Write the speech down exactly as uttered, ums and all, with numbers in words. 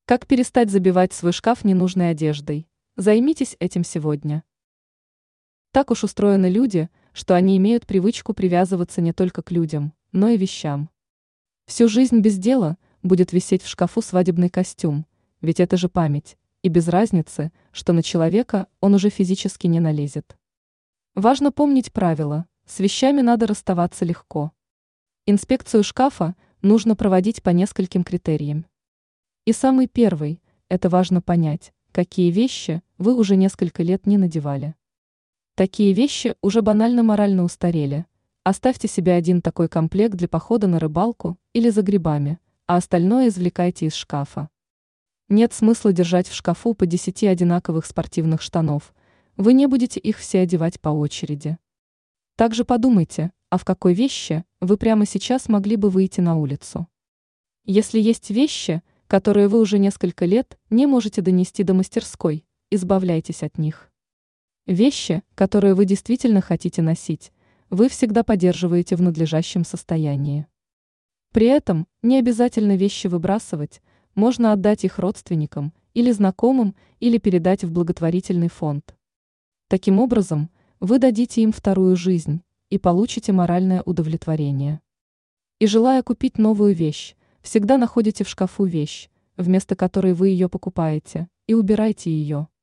Как перестать забивать свой шкаф ненужной одеждой? Займитесь этим сегодня. Так уж устроены люди, что они имеют привычку привязываться не только к людям, но и вещам. Всю жизнь без дела будет висеть в шкафу свадебный костюм, ведь это же память, и без разницы, что на человека он уже физически не налезет. Важно помнить правило: с вещами надо расставаться легко. Инспекцию шкафа нужно проводить по нескольким критериям. И самый первый – это важно понять, какие вещи вы уже несколько лет не надевали. Такие вещи уже банально морально устарели. Оставьте себе один такой комплект для похода на рыбалку или за грибами, а остальное извлекайте из шкафа. Нет смысла держать в шкафу по десяти одинаковых спортивных штанов, вы не будете их все одевать по очереди. Также подумайте, а в какой вещи вы прямо сейчас могли бы выйти на улицу. Если есть вещи, которые вы уже несколько лет не можете донести до мастерской, избавляйтесь от них. Вещи, которые вы действительно хотите носить, вы всегда поддерживаете в надлежащем состоянии. При этом не обязательно вещи выбрасывать, можно отдать их родственникам или знакомым или передать в благотворительный фонд. Таким образом, вы дадите им вторую жизнь и получите моральное удовлетворение. И желая купить новую вещь, всегда находите в шкафу вещь, вместо которой вы ее покупаете, и убирайте ее.